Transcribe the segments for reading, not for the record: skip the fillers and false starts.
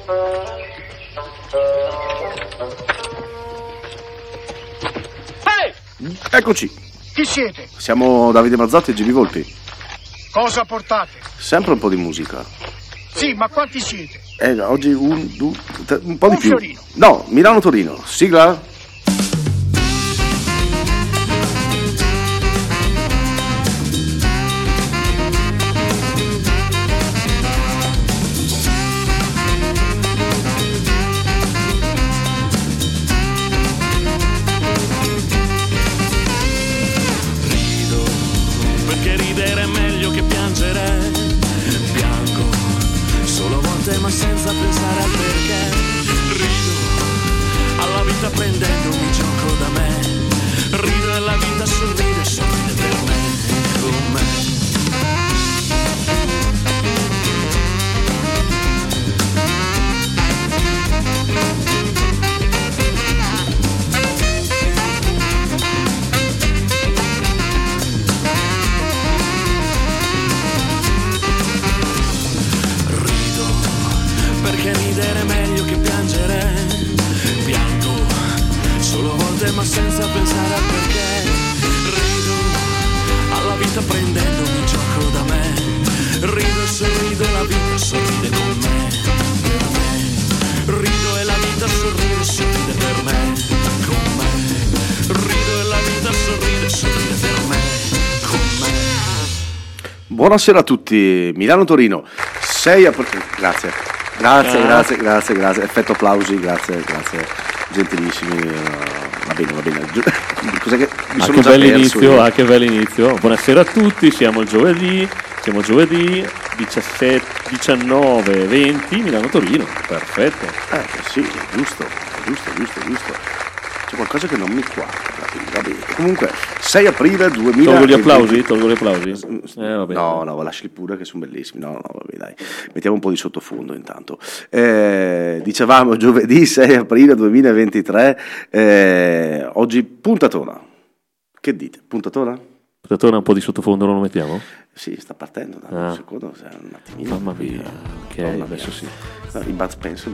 Eccoci. Chi siete? Siamo Davide Mazzotti e GB Volpi. Cosa portate? Sempre un po' di musica. Sì, ma quanti siete? Oggi un po' di Un più. fiorino. No, Milano-Torino. Sigla? Ma senza pensare al perché rido alla vita prendendomi gioco da me, rido e la vita sorride, sorride per me, con me. Perché ridere è meglio che piangere. Piango solo volte ma senza pensare al perché. Rido alla vita prendendomi gioco da me. Rido e sorrido e la vita sorride con me, per me. Rido e la vita sorride, sorride per me, con me. Rido e la vita sorride, sorride per me, con me. Buonasera a tutti. Milano-Torino 6 aprile. Grazie. Effetto applausi, grazie. Gentilissimi. Va bene. Cos'è che mi sono già perso? Che bell'inizio. Buonasera a tutti, siamo giovedì 19, 20, Milano-Torino. Perfetto. Sì, giusto. C'è qualcosa che non mi quadra. Va bene. Comunque 6 aprile 2000. Tolgo gli applausi? Vabbè. No, lasciali pure che sono bellissimi. No, vabbè, dai. Mettiamo un po' di sottofondo intanto. Dicevamo giovedì 6 aprile 2023. Oggi puntatona. Che dite? Puntatona? Puntatona, un po' di sottofondo non lo mettiamo? Sì, sta partendo da un secondo, un attimino. Mamma mia. Ok, adesso sì. No, i Bud Spencer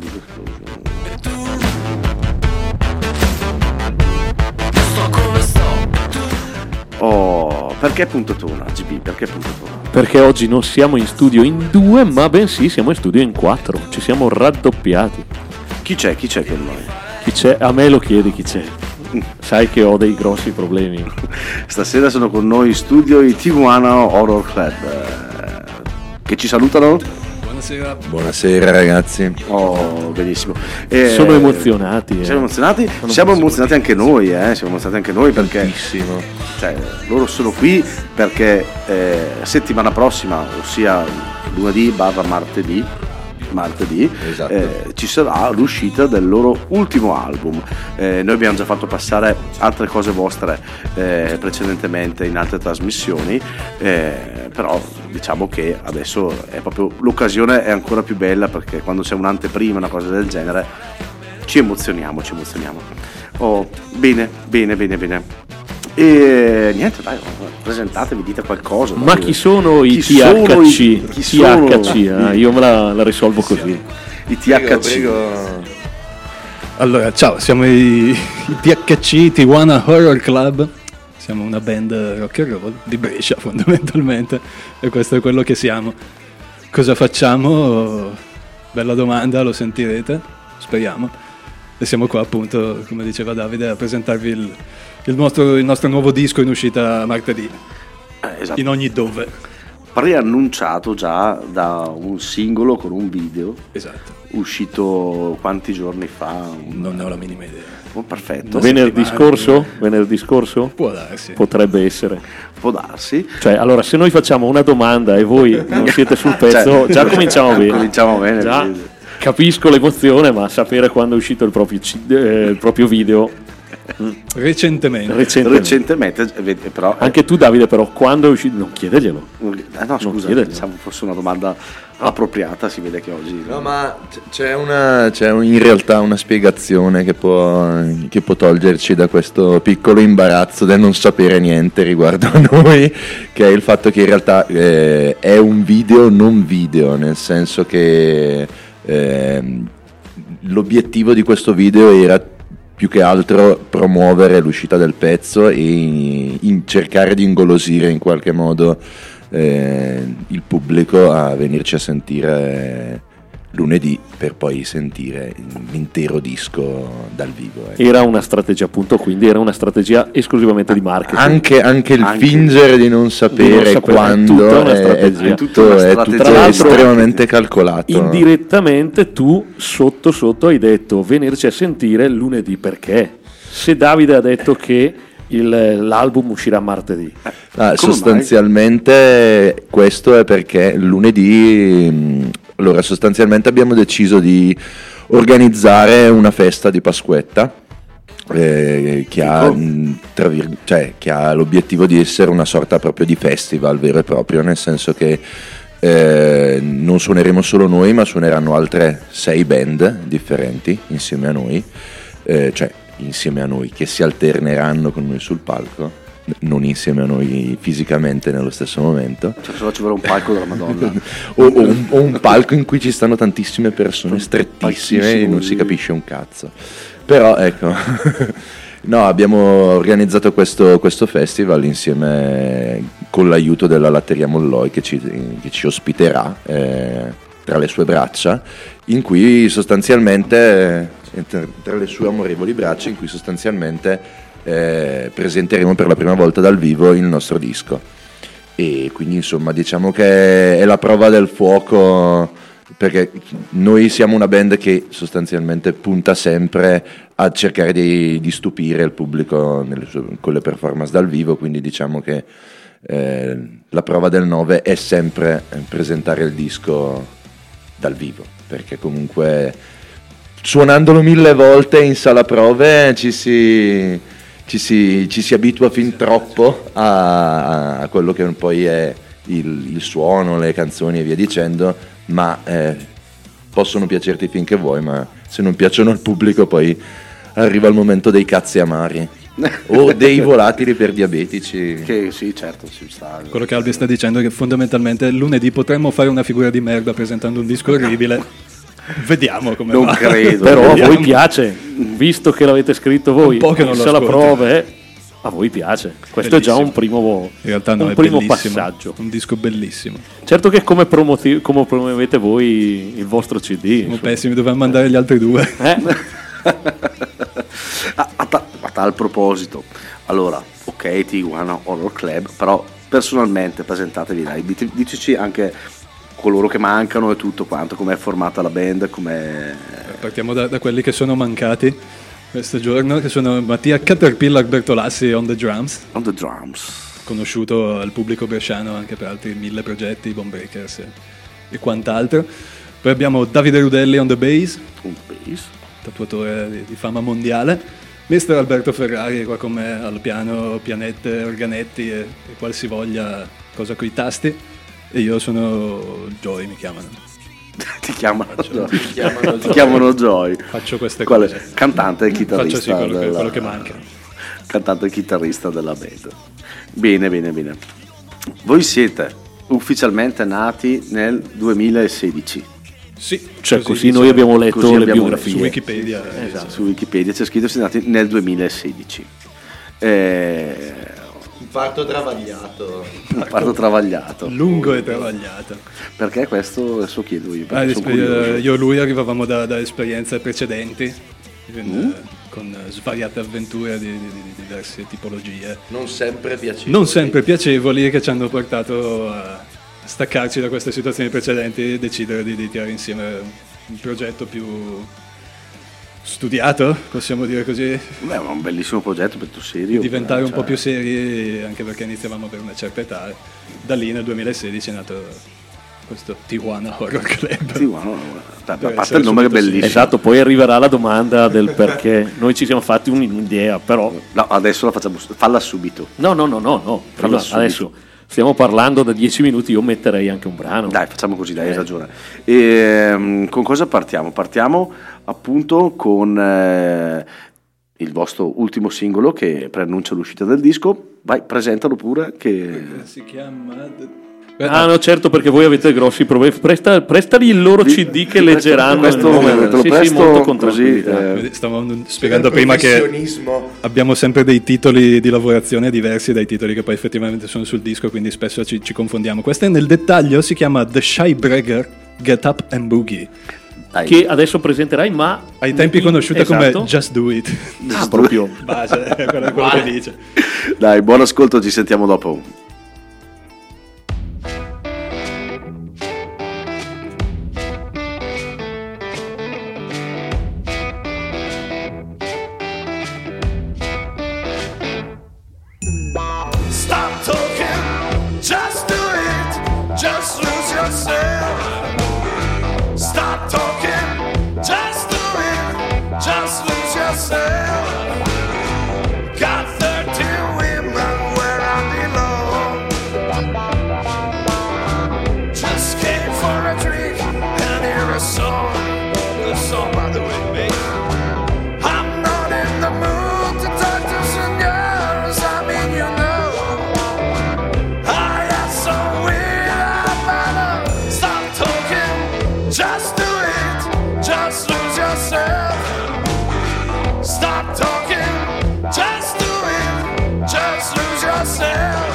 perché puntatona, GB? Perché puntatona? Perché oggi non siamo in studio in 2, ma bensì siamo in studio in 4. Ci siamo raddoppiati. Chi c'è con noi? Chi c'è? A me lo chiedi chi c'è. Sai che ho dei grossi problemi. Stasera sono con noi in studio i Tijuana Horror Club, che ci salutano. Buonasera ragazzi. Oh, benissimo. Sono emozionati. Siamo emozionati anche noi, Siamo emozionati anche noi perché loro sono qui perché settimana prossima, ossia lunedì/martedì, esatto. Ci sarà l'uscita del loro ultimo album. Noi abbiamo già fatto passare altre cose vostre precedentemente in altre trasmissioni, però diciamo che adesso è proprio l'occasione è ancora più bella, perché quando c'è un'anteprima, una cosa del genere, ci emozioniamo. Bene. E niente, dai, presentatevi, dite qualcosa. Ma chi sono i THC? Io me la risolvo così. I THC. Prego. Allora, ciao, siamo i THC Tijuana Horror Club. Siamo una band rock and roll di Brescia fondamentalmente, e questo è quello che siamo. Cosa facciamo? Bella domanda, lo sentirete, speriamo. E siamo qua appunto, come diceva Davide, a presentarvi il nostro nuovo disco in uscita martedì, esatto. In ogni dove. Preannunciato già da un singolo con un video, esatto, uscito quanti giorni fa? Non ne ho la minima idea. Oh, perfetto. Venerdì scorso? Può darsi. Potrebbe essere. Può darsi. Cioè, allora, se noi facciamo una domanda e voi non siete sul pezzo, già cominciamo bene. Cominciamo bene. Già capisco l'emozione, ma sapere quando è uscito il proprio video. Recentemente, però anche tu, Davide, però quando è uscito, non chiederglielo. No, scusa, pensavo fosse una domanda appropriata, si vede che oggi no, ma c'è in realtà una spiegazione che può toglierci da questo piccolo imbarazzo del non sapere niente riguardo a noi, che è il fatto che in realtà è un video non video, nel senso che l'obiettivo di questo video era più che altro promuovere l'uscita del pezzo e cercare di ingolosire in qualche modo il pubblico a venirci a sentire lunedì per poi sentire l'intero disco dal vivo. Era una strategia, appunto, quindi era una strategia esclusivamente di marketing. Anche il fingere di non sapere quando è tutto estremamente calcolato. Indirettamente tu sotto hai detto venirci a sentire lunedì, perché se Davide ha detto che l'album uscirà martedì, sostanzialmente questo è perché lunedì, allora sostanzialmente abbiamo deciso di organizzare una festa di Pasquetta che ha l'obiettivo di essere una sorta proprio di festival vero e proprio, nel senso che non suoneremo solo noi, ma suoneranno altre 6 band differenti insieme a noi, che si alterneranno con noi sul palco, non insieme a noi fisicamente nello stesso momento. Solo ci vuole un palco della Madonna. o un palco in cui ci stanno tantissime persone strettissime e non si capisce un cazzo. Però ecco, no, abbiamo organizzato questo festival insieme con l'aiuto della Latteria Molloy che ci ospiterà tra le sue braccia, in cui sostanzialmente tra le sue amorevoli braccia, in cui sostanzialmente presenteremo per la prima volta dal vivo il nostro disco. E quindi insomma diciamo che è la prova del fuoco, perché noi siamo una band che sostanzialmente punta sempre a cercare di stupire il pubblico con le performance dal vivo, quindi diciamo che la prova del 9 è sempre presentare il disco dal vivo, perché comunque suonandolo 1000 volte in sala prove ci si abitua fin troppo a quello che poi è il suono, le canzoni e via dicendo, ma possono piacerti finché vuoi, ma se non piacciono al pubblico poi arriva il momento dei cazzi amari o dei volatili per diabetici. Che sì, certo, ci sta. Quello che Albi sta dicendo è che fondamentalmente lunedì potremmo fare una figura di merda presentando un disco orribile. Vediamo come non va. credo. Però a voi piace, visto che l'avete scritto voi, un po' che non lo se la ascolto. prove, a voi piace. Questo Bellissimo. è già un primo, In realtà no, un è primo bellissimo. passaggio. Un disco bellissimo. Certo che come promuovete voi il vostro CD? Siamo insomma. pessimi, dovevamo mandare gli altri 2. A tal proposito, allora, ok, Tijuana Horror Club, però personalmente presentatevi, dai, dicici anche coloro che mancano e tutto quanto, com'è formata la band, com'è... Partiamo da quelli che sono mancati questo giorno, che sono Mattia Caterpillar Bertolassi on the drums, conosciuto al pubblico bresciano anche per altri 1000 progetti, Bone Breakers e quant'altro. Poi abbiamo Davide Rudelli on the bass, tatuatore di fama mondiale. Mister Alberto Ferrari qua con me al piano, pianette, organetti e qualsivoglia cosa coi tasti. E io sono Joy, mi chiamano. Ti chiamano Joy. Faccio queste cose. Cantante e chitarrista. Faccio sì, quello che manca. Cantante e chitarrista della band. Bene. Voi siete ufficialmente nati nel 2016. Sì, cioè così noi abbiamo letto le biografie. Su Wikipedia. Esatto. Su Wikipedia c'è scritto siete nati nel 2016. Un parto travagliato. Lungo e travagliato. Perché questo adesso chiedo io. Io e lui arrivavamo da esperienze precedenti, con svariate avventure di diverse tipologie. Non sempre piacevoli, che ci hanno portato a staccarci da queste situazioni precedenti e decidere di tirare insieme un progetto più studiato, possiamo dire così. Beh, è un bellissimo progetto, molto serio. Diventare un po' più seri, anche perché iniziavamo per una certa età. Da lì nel 2016 è nato questo Tijuana Horror Club. A parte il nome che è bellissimo. Esatto, poi arriverà la domanda del perché. Noi ci siamo fatti un'idea, però... No, adesso la facciamo, falla subito. No. Prima, adesso stiamo parlando da 10 minuti, io metterei anche un brano. Dai, facciamo così, dai, hai ragione. Con cosa partiamo? Partiamo appunto con il vostro ultimo singolo che preannuncia l'uscita del disco. Vai, presentalo pure. Che si chiama Ah no, certo, perché voi avete grossi problemi. Prestali il loro CD che leggeranno. Questo te lo presto molto con così. tranquillità. Stavo spiegando prima che abbiamo sempre dei titoli di lavorazione diversi dai titoli che poi effettivamente sono sul disco, quindi spesso ci confondiamo. Questa nel dettaglio si chiama The Shy Bragger Get Up and Boogie, che adesso presenterai, ma ai tempi conosciuta esatto, come Just Do It. Ah, proprio base, è quello che dice. Dai, buon ascolto, ci sentiamo dopo. Stop talking, just do it, just lose yourself. Stop talking, just do it, just lose yourself. Got 30 women where I belong. Just came for a drink and hear a song. The song, by the way, babe. I'm not in the mood to talk to some girls. I mean, you know, I am so weird. I stop talking, just do it, just lose yourself. Stop talking, just do it, just lose yourself.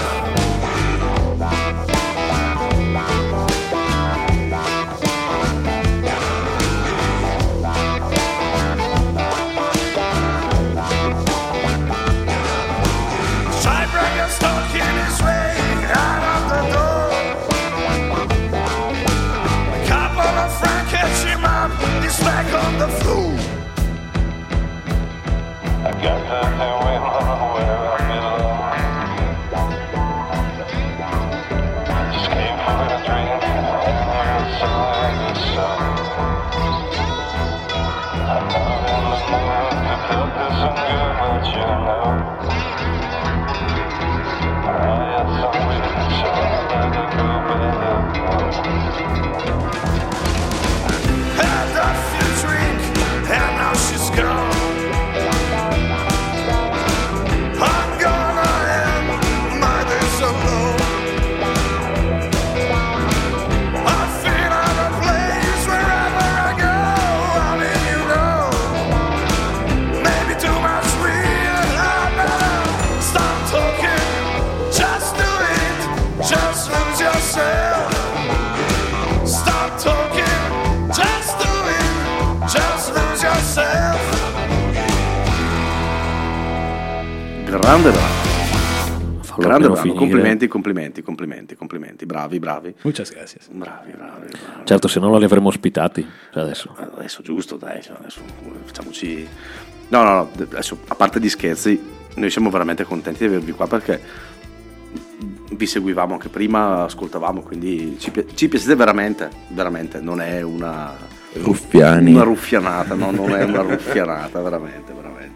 Scheinbrenger's talking his way out of the door. A couple of friends catch him up, he's back on the floor. I got the women where I belong. Just came for a drink and outside the sun. I'm not in the mood to talk to some girl, but you know, I had some weird song that I go better. Had a few drinks and now she's gone. I'm gonna end my days alone. I feel out of place wherever I go. I mean, you know, maybe too much weird. I better stop talking, just do it, just lose yourself. Stop talking, just do it, just lose yourself. Grande bravo. Fallo Grande appena bravo. finire. Complimenti. Bravi. Muchas gracias. Bravi. Certo, se no non li avremmo ospitati. Cioè Adesso giusto, dai, adesso facciamoci. No, adesso a parte gli scherzi, noi siamo veramente contenti di avervi qua perché vi seguivamo anche prima, ascoltavamo, quindi ci piacete veramente, non è una ruffianata, no, non è una ruffianata, veramente.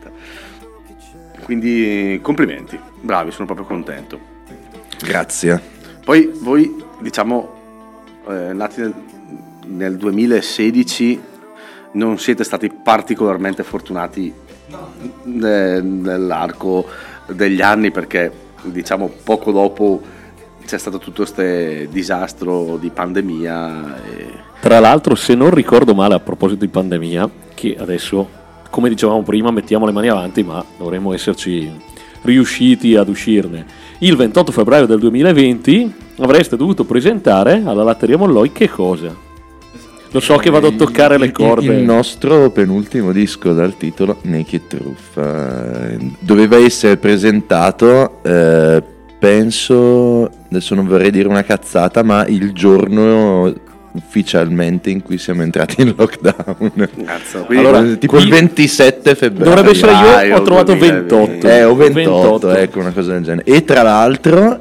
Quindi complimenti, bravi, sono proprio contento. Grazie. Poi voi, diciamo, nati nel 2016, non siete stati particolarmente fortunati nell'arco degli anni perché, diciamo, poco dopo c'è stato tutto questo disastro di pandemia. Tra l'altro, se non ricordo male, a proposito di pandemia, che adesso, come dicevamo prima, mettiamo le mani avanti, ma dovremmo esserci riusciti ad uscirne. Il 28 febbraio del 2020 avreste dovuto presentare alla Latteria Molloy che cosa? Lo so che vado a toccare le corde. Il nostro penultimo disco dal titolo Naked Truth. Doveva essere presentato, penso, adesso non vorrei dire una cazzata, ma il giorno ufficialmente in cui siamo entrati in lockdown. Cazzo, Allora, tipo il 27 febbraio. Dovrebbe essere io, ho trovato 28. O 28, ecco, una cosa del genere. E tra l'altro,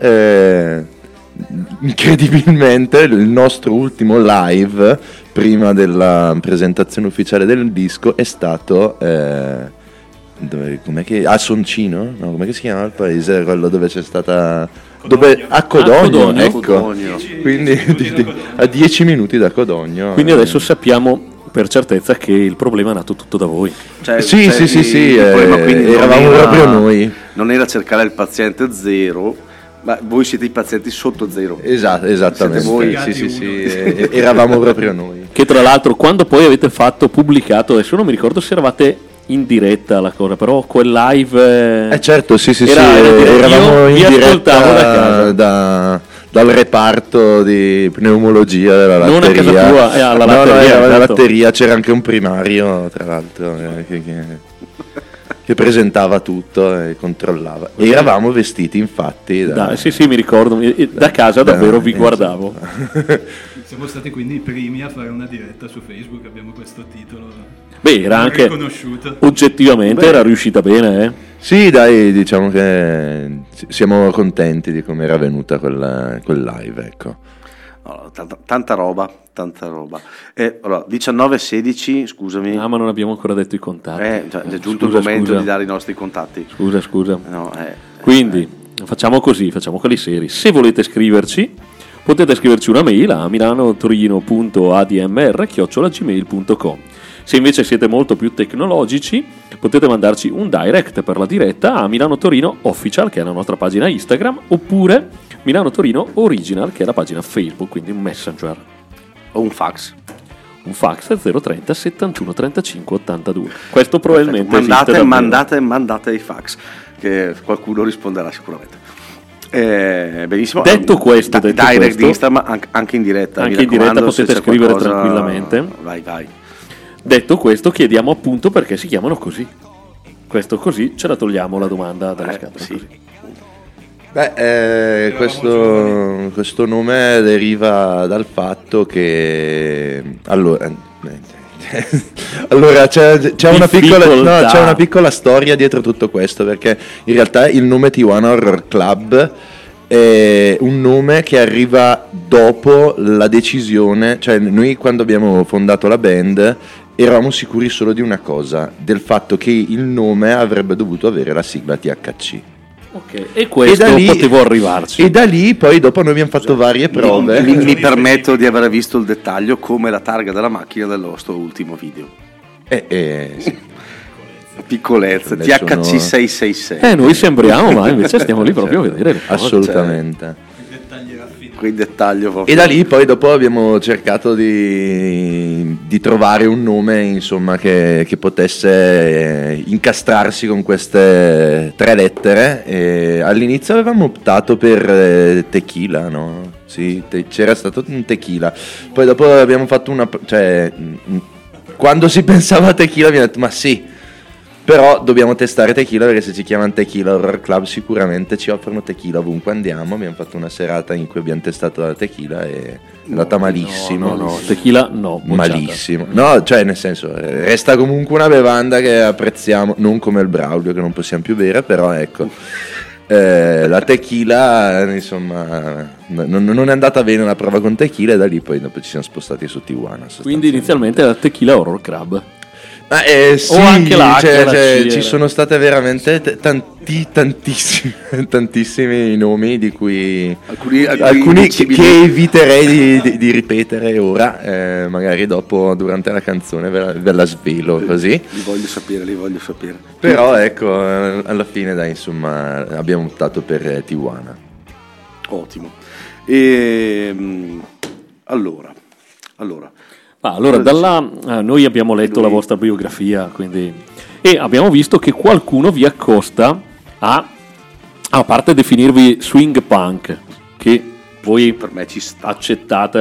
incredibilmente, il nostro ultimo live prima della presentazione ufficiale del disco è stato com'è che, a Soncino? No, com'è che si chiama il paese? Quello dove c'è stata a Codogno, ecco. Codogno. Quindi a 10 minuti da Codogno. Quindi adesso sappiamo per certezza che il problema è nato tutto da voi. Sì, il problema quindi eravamo proprio noi. Non era cercare il paziente zero, Ma voi siete i pazienti sotto zero. Esattamente. Siete voi. Sì, eravamo proprio noi. Che tra l'altro quando poi avete pubblicato, adesso non mi ricordo se eravate in diretta la cosa, però quel live certo, sì, era eravamo io in vi ascoltavo da diretta casa. dal reparto di pneumologia della Non a latteria. casa tua, alla No, latteria, era la esatto. latteria, c'era anche un primario tra l'altro che presentava tutto e controllava. E eravamo vestiti infatti Sì, mi ricordo, da casa davvero vi guardavo. Siamo stati quindi i primi a fare una diretta su Facebook, abbiamo questo titolo. Beh, era anche riconosciuto. Oggettivamente era riuscita bene, eh? Sì, dai, diciamo che siamo contenti di come era venuta quel live, ecco. No, tanta roba. Allora, 19-16, scusami. Ah, ma non abbiamo ancora detto i contatti. È giunto il momento di dare i nostri contatti. Scusa. No, Quindi facciamo così, facciamo quelli seri. Se volete scriverci, potete scriverci una mail a milanotorino.admr@gmail.com. Se invece siete molto più tecnologici, potete mandarci un direct per la diretta a Milano Torino Official, che è la nostra pagina Instagram, oppure Milano Torino Original, che è la pagina Facebook, quindi un messenger. O un fax. Un fax 030 71 35 82. Questo probabilmente esiste davvero. Mandate i fax, che qualcuno risponderà sicuramente. Benissimo. Detto questo, direct di Instagram anche in diretta. Anche in diretta potete scrivere tranquillamente. Vai. Detto questo, chiediamo appunto perché si chiamano così. Questo così ce la togliamo la domanda dalla scatola. Sì. Questo nome deriva dal fatto che allora c'è una piccola storia dietro tutto questo, perché in realtà il nome Tijuana Horror Club è un nome che arriva dopo la decisione, cioè noi quando abbiamo fondato la band eravamo sicuri solo di una cosa, del fatto che il nome avrebbe dovuto avere la sigla THC. Ok, e questo potevo arrivarci. E da lì poi dopo noi abbiamo fatto varie prove. Mi permetto di aver visto il dettaglio come la targa della macchina del nostro ultimo video. Sì. Piccolezza, THC 666. Noi sembriamo, ma invece stiamo lì proprio a vedere le cose. Assolutamente. Quei dettagli proprio. E da lì poi dopo abbiamo cercato di trovare un nome, insomma, che potesse incastrarsi con queste 3 lettere, e all'inizio avevamo optato per tequila, no? Sì, c'era stato un tequila. Poi dopo abbiamo fatto quando si pensava a tequila abbiamo detto ma sì, però dobbiamo testare tequila, perché se ci chiamano Tequila Horror Club sicuramente ci offrono tequila ovunque andiamo. Abbiamo fatto una serata in cui abbiamo testato la tequila e è andata malissimo. No, tequila no, bocciata. Malissimo. No, cioè nel senso, resta comunque una bevanda che apprezziamo, non come il Braulio che non possiamo più bere, però ecco. La tequila, insomma, non è andata bene la prova con tequila, e da lì poi dopo ci siamo spostati su Tijuana. Quindi inizialmente era Tequila Horror Club. Sì, o anche ci sono state veramente tantissimi nomi di cui alcuni che eviterei di ripetere ora, magari dopo durante la canzone ve la svelo così. Li voglio sapere. Però ecco, alla fine dai, insomma, abbiamo optato per Tijuana. Ottimo. Allora, noi abbiamo letto la vostra biografia, quindi, e abbiamo visto che qualcuno vi accosta a parte definirvi swing punk, che voi per me ci sta. Accettate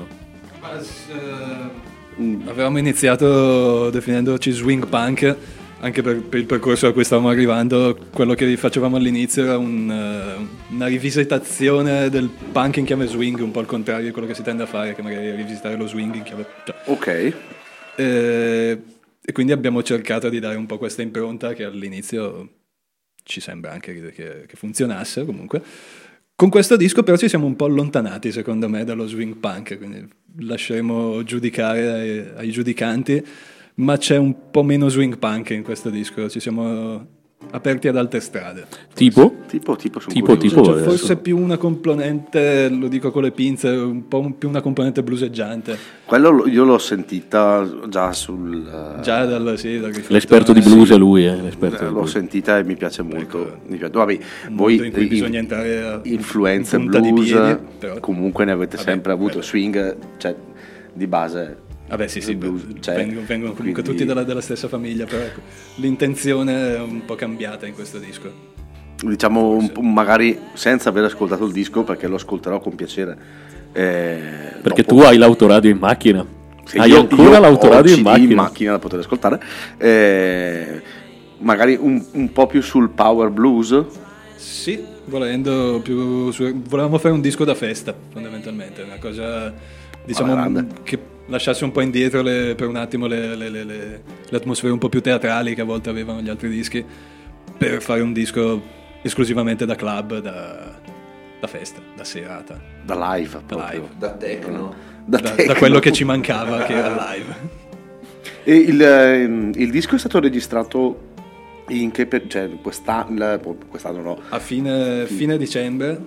avevamo iniziato definendoci swing punk anche per il percorso a cui stavamo arrivando. Quello che facevamo all'inizio era una rivisitazione del punk in chiave swing, un po' il contrario di quello che si tende a fare, che magari è rivisitare lo swing in chiave... Ok. E quindi abbiamo cercato di dare un po' questa impronta che all'inizio ci sembra anche che funzionasse comunque. Con questo disco però ci siamo un po' allontanati, secondo me, dallo swing punk, quindi lasceremo giudicare ai giudicanti, ma c'è un po' meno swing punk in questo disco. Ci siamo aperti ad altre strade. Tipo? Tipo, Cioè, forse più una componente, lo dico con le pinze, un po' più una componente blueseggiante. Quello io l'ho sentita già Già dal l'esperto di blues è lui, l'esperto l'ho sentita e mi piace molto. Ecco, Vabbè, voi in cui bisogna entrare a influenze punta di blues, piedi, però. comunque ne avete sempre avuto. Swing, cioè di base. Vabbè, sì, blues, cioè, vengono comunque quindi, tutti della stessa famiglia, però ecco, l'intenzione è un po' cambiata in questo disco. Diciamo magari senza aver ascoltato il disco, perché lo ascolterò con piacere. Perché tu hai l'autoradio in macchina. Hai io ancora l'autoradio in macchina da poter ascoltare. Magari un po' più sul power blues. Sì, volendo volevamo fare un disco da festa, fondamentalmente, una cosa, diciamo, che lasciasse un po' indietro per un attimo le atmosfere un po' più teatrali che a volte avevano gli altri dischi, per fare un disco esclusivamente da club, da festa, da serata, da live, proprio. Da techno. Da quello che ci mancava, che era live. E il disco è stato registrato in che quest'anno no? A fine dicembre,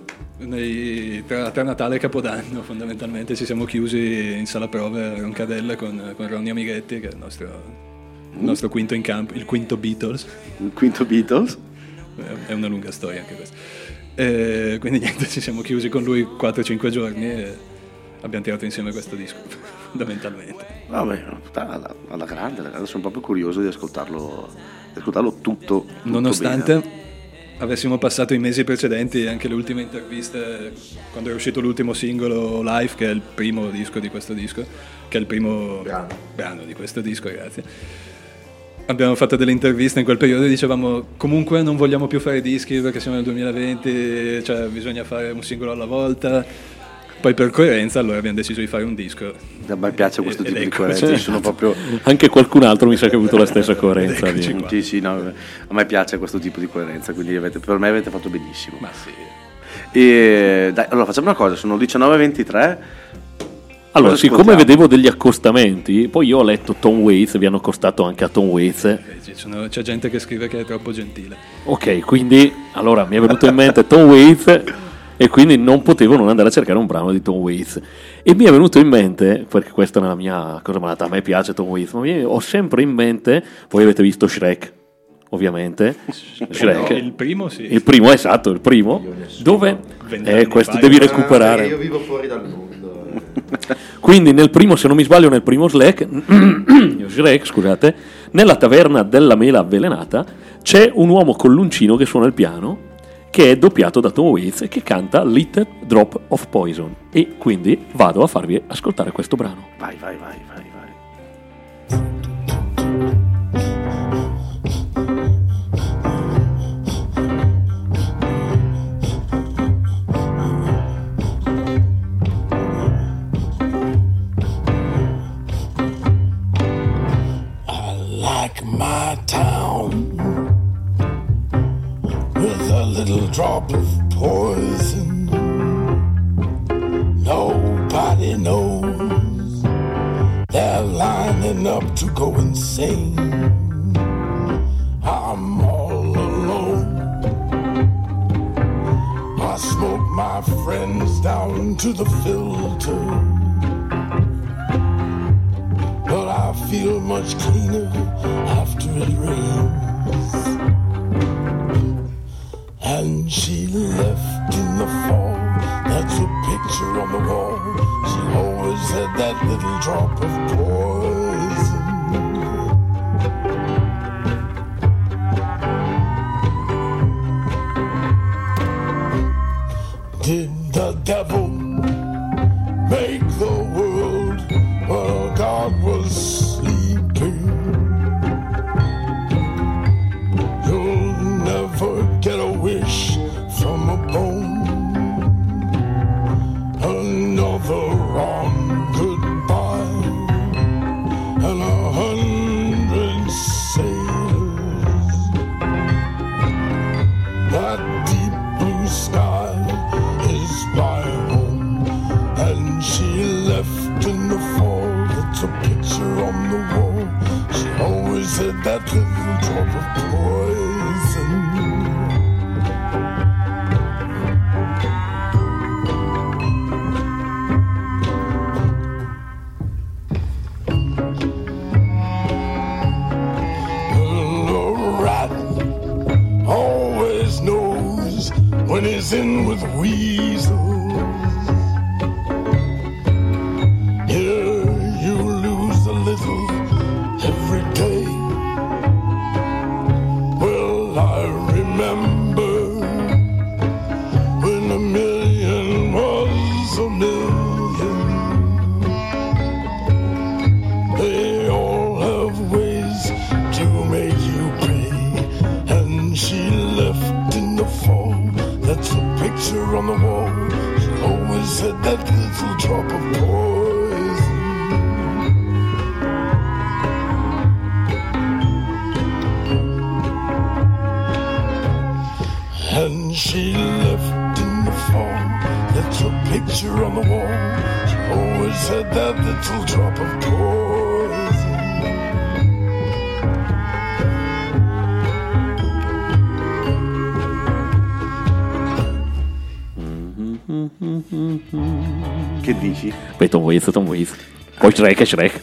tra Natale e Capodanno, fondamentalmente ci siamo chiusi in sala prove a Roncadelle con Ronny Amighetti, che è il nostro quinto in campo, il quinto Beatles. Il quinto Beatles? È una lunga storia anche questa. Quindi niente, ci siamo chiusi con lui 4-5 giorni e abbiamo tirato insieme questo disco, fondamentalmente. Vabbè, alla grande, sono proprio curioso di ascoltarlo tutto nonostante bene. Avessimo passato i mesi precedenti e anche le ultime interviste, quando è uscito l'ultimo singolo live, che è il primo disco di questo disco, che è il primo brano di questo disco, grazie. Abbiamo fatto delle interviste in quel periodo e dicevamo comunque non vogliamo più fare dischi perché siamo nel 2020, cioè bisogna fare un singolo alla volta. Poi per coerenza allora abbiamo deciso di fare un disco. A me piace questo tipo di coerenza, sono proprio... Anche qualcun altro mi sa che ha avuto la stessa coerenza. Sì, no, a me piace questo tipo di coerenza, quindi per me avete fatto benissimo. Ma sì. E dai, allora facciamo una cosa, sono 19:23. Allora, siccome vedevo degli accostamenti, poi io ho letto Tom Waits, vi hanno accostato anche a Tom Waits. C'è gente che scrive che è troppo gentile. Ok, quindi allora mi è venuto in mente Tom Waits e quindi non potevo non andare a cercare un brano di Tom Waits. E mi è venuto in mente, perché questa è una mia cosa malata, a me piace Tom Waits, ma ho sempre in mente, voi avete visto Shrek, ovviamente. Shrek. Il primo sì. Il primo, esatto, il primo. Dove? Questo devi recuperare. Io vivo fuori dal mondo. Quindi nel primo, se non mi sbaglio, nel primo Shrek, scusate, nella taverna della mela avvelenata c'è un uomo con l'uncino che suona il piano, che è doppiato da Tom Waits e che canta Little Drop of Poison. E quindi vado a farvi ascoltare questo brano. Vai. My town with a little drop of poison. Nobody knows. They're lining up to go insane. I'm all alone. I smoke my friends down to the filter. But I feel much cleaner after it rains. And she left in the fall. That's a picture on the wall. She always had that little drop of poison. Did the devil make the world while God was sleeping? You'll never get a wish from a bone. Another wrong goodbye and 100 sailors. That deep blue sky is my home, and she left in the fall. It's a picture on the wall. She always had that little drop of poison. dancing with weasels. Here you lose a little every day. Well, I remember when a million was a million. They all have ways to make you pay, and she left in the fall. That's a picture on the wall. She always had that little drop of poison. And she left in the fall. That's a picture on the wall. She always had that little drop of poison. Che dici? Beh, Tom Waits. Poi Shrek.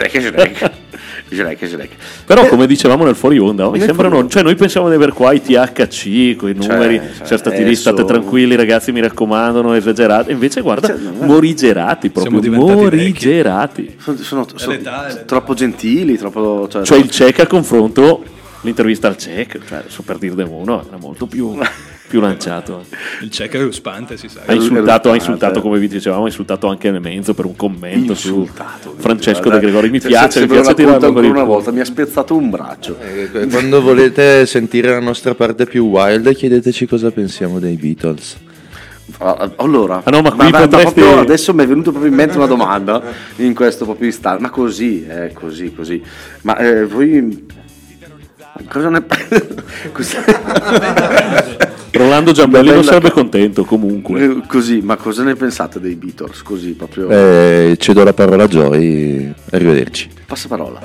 Shrek. Però come dicevamo nel fuori onda, mi sembrano, cioè noi pensiamo di avere qua i THC, quei numeri, siamo stati lì, state tranquilli ragazzi, mi raccomando, esagerati, invece guarda, morigerati proprio, morigerati. Sono troppo gentili, troppo... Cioè il Cech a confronto, l'intervista al Cech, cioè adesso per dirne uno, era molto più lanciato. Il Cech è ruspante, si sa. Ha insultato, come vi dicevamo, ha insultato anche Menzo per un commento su Francesco De Gregori. Mi piace tirarlo ancora una volta, mi ha spezzato un braccio. Quando volete sentire la nostra parte più wild, chiedeteci cosa pensiamo dei Beatles. Allora, no, ma qui potresti... adesso mi è venuto proprio in mente una domanda in questo proprio istante, ma così, così. Ma voi cosa ne Rolando Giambelli non sarebbe contento comunque. Così, ma cosa ne pensate dei Beatles? Così proprio. Cedo la parola a Joy, arrivederci. Passa parola.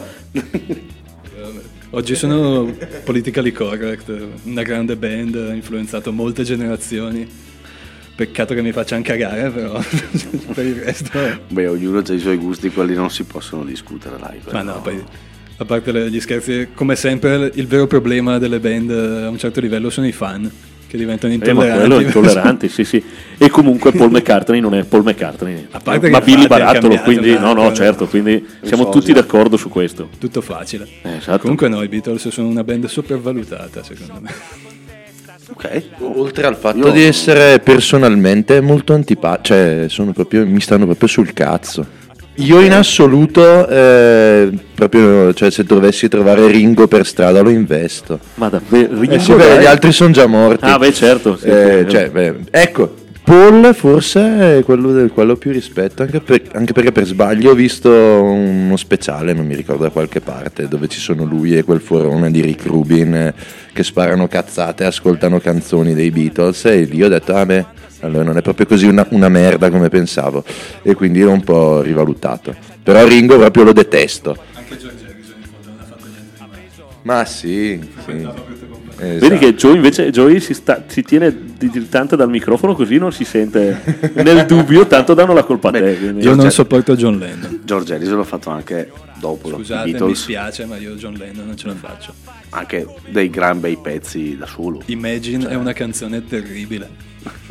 Oggi sono politically correct, una grande band, ha influenzato molte generazioni. Peccato che mi facciano cagare, però per il resto. Beh, ognuno ha i suoi gusti, quelli non si possono discutere, dai. Ma no, poi a parte gli scherzi, come sempre il vero problema delle band a un certo livello sono i fan che diventano intolleranti. sì. E comunque Paul McCartney non è Paul McCartney, a parte ma che Billy Barattolo, quindi certo, quindi siamo tutti d'accordo su questo. Tutto facile. Esatto. Comunque no, i Beatles sono una band sopravvalutata, secondo me. Ok. Oltre al fatto di essere personalmente molto cioè mi stanno proprio sul cazzo. Io in assoluto proprio, cioè se dovessi trovare Ringo per strada lo investo. Ma davvero? Gli altri sono già morti. Ah beh certo sì, ecco, Paul forse è quello più rispetto, anche perché per sbaglio ho visto uno speciale, non mi ricordo da qualche parte, dove ci sono lui e quel forone di Rick Rubin che sparano cazzate, ascoltano canzoni dei Beatles, e lì ho detto allora non è proprio così una merda come pensavo, e quindi l'ho un po' rivalutato. Però Ringo proprio lo detesto. Anche George Harrison in fondo non ha fatto niente di mezzo. Ma sì. Esatto. Vedi che Joey si tiene dilettante dal microfono, così non si sente nel dubbio, tanto danno la colpa a te. Io non sopporto John Lennon. George Harrison l'ho fatto anche dopo. Scusate, Beatles. Mi spiace, ma io John Lennon non ce la faccio. Anche dei gran bei pezzi da solo. Imagine è una canzone terribile.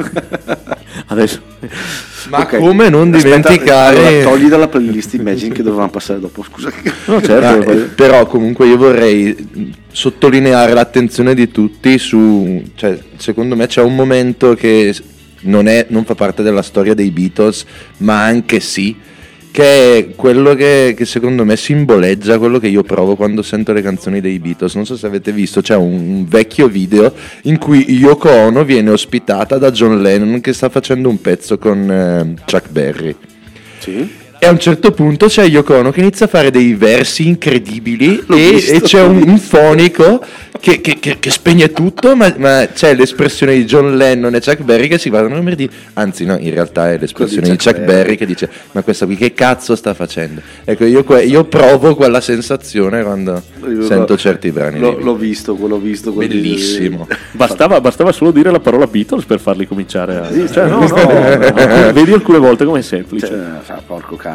Adesso ma come non dimenticare, togli dalla playlist Imagine che dovevamo passare dopo, scusa. No, certo. Però comunque io vorrei sottolineare l'attenzione di tutti su, cioè, secondo me c'è un momento che non fa parte della storia dei Beatles, ma anche sì, che è quello che secondo me simboleggia quello che io provo quando sento le canzoni dei Beatles. Non so se avete visto, c'è un vecchio video in cui Yoko Ono viene ospitata da John Lennon che sta facendo un pezzo con Chuck Berry. Sì. E a un certo punto c'è Yoko Ono che inizia a fare dei versi incredibili e c'è un fonico che spegne tutto, ma c'è l'espressione di John Lennon e Chuck Berry che si guardano come dire, anzi no, in realtà è l'espressione di Chuck Berry che dice ma questa qui che cazzo sta facendo? Ecco, io provo quella sensazione quando sento certi brani. L'ho visto. Bellissimo. Bastava solo dire la parola Beatles per farli cominciare a... Cioè, no. Vedi alcune volte come è semplice. Porco cane.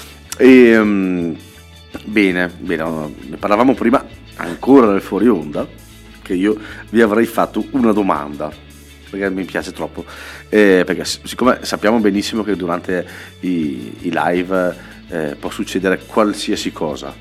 E, bene, ne parlavamo prima ancora nel fuori onda, che io vi avrei fatto una domanda perché mi piace troppo, perché siccome sappiamo benissimo che durante i live può succedere qualsiasi cosa,